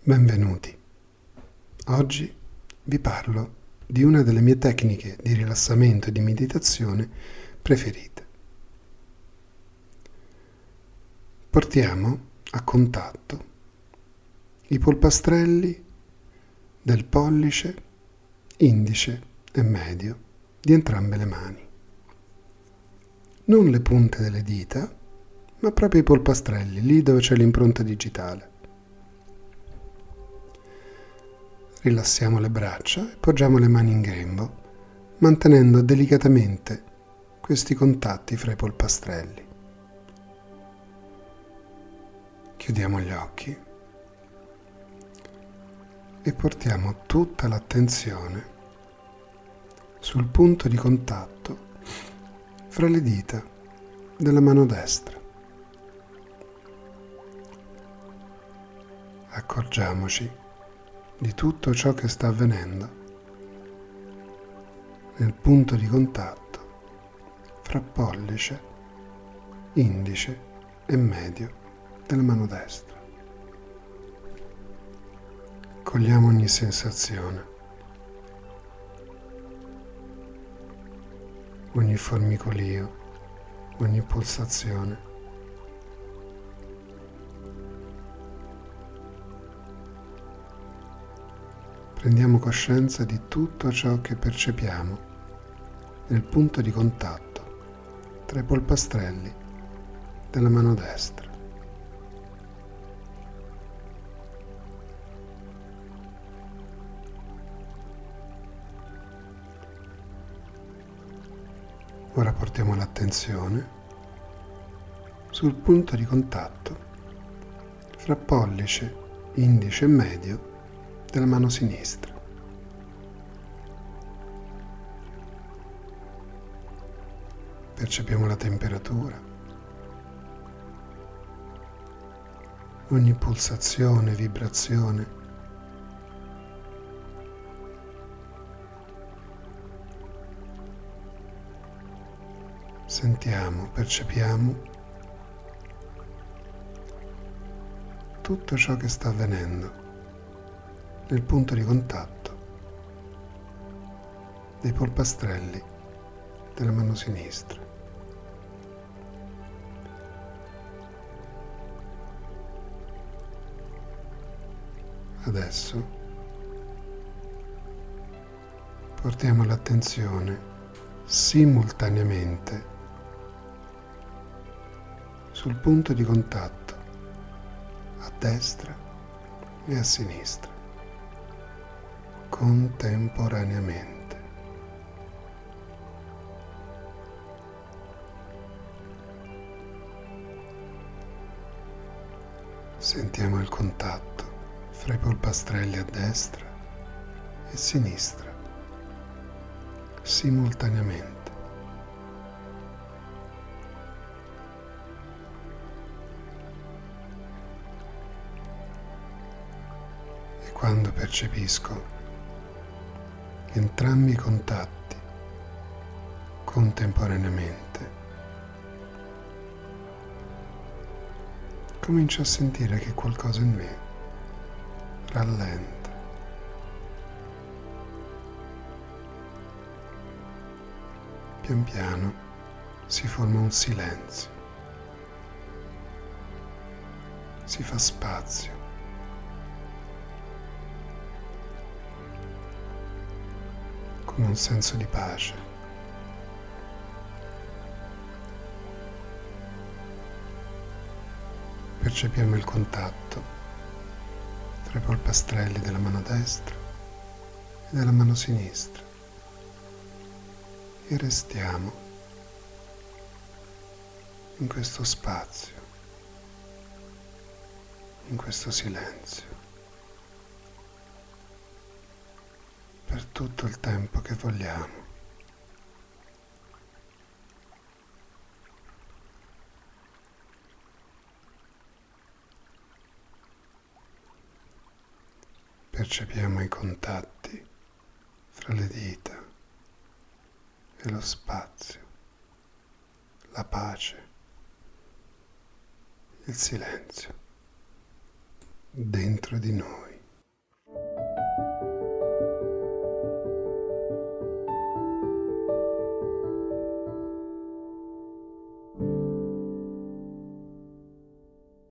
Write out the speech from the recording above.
Benvenuti. Oggi vi parlo di una delle mie tecniche di rilassamento e di meditazione preferite. Portiamo a contatto i polpastrelli del pollice, indice e medio di entrambe le mani. Non le punte delle dita, ma proprio i polpastrelli, lì dove c'è l'impronta digitale. Rilassiamo le braccia e poggiamo le mani in grembo, mantenendo delicatamente questi contatti fra i polpastrelli. Chiudiamo gli occhi e portiamo tutta l'attenzione sul punto di contatto fra le dita della mano destra. Accorgiamoci di tutto ciò che sta avvenendo nel punto di contatto fra pollice, indice e medio della mano destra. Cogliamo ogni sensazione, ogni formicolio, ogni pulsazione. Prendiamo coscienza di tutto ciò che percepiamo nel punto di contatto tra i polpastrelli della mano destra. Ora portiamo l'attenzione sul punto di contatto fra pollice, indice e medio della mano sinistra. Percepiamo la temperatura, ogni pulsazione, vibrazione. Sentiamo, percepiamo tutto ciò che sta avvenendo nel punto di contatto dei polpastrelli della mano sinistra. Adesso portiamo l'attenzione simultaneamente sul punto di contatto a destra e a sinistra, contemporaneamente. Sentiamo il contatto fra i polpastrelli a destra e sinistra, simultaneamente. E quando percepisco entrambi i contatti contemporaneamente, comincio a sentire che qualcosa in me rallenta. Pian piano si forma un silenzio, si fa spazio. Con un senso di pace. Percepiamo il contatto tra i polpastrelli della mano destra e della mano sinistra e restiamo in questo spazio, in questo silenzio, per tutto il tempo che vogliamo. Percepiamo i contatti fra le dita e lo spazio, la pace, il silenzio dentro di noi.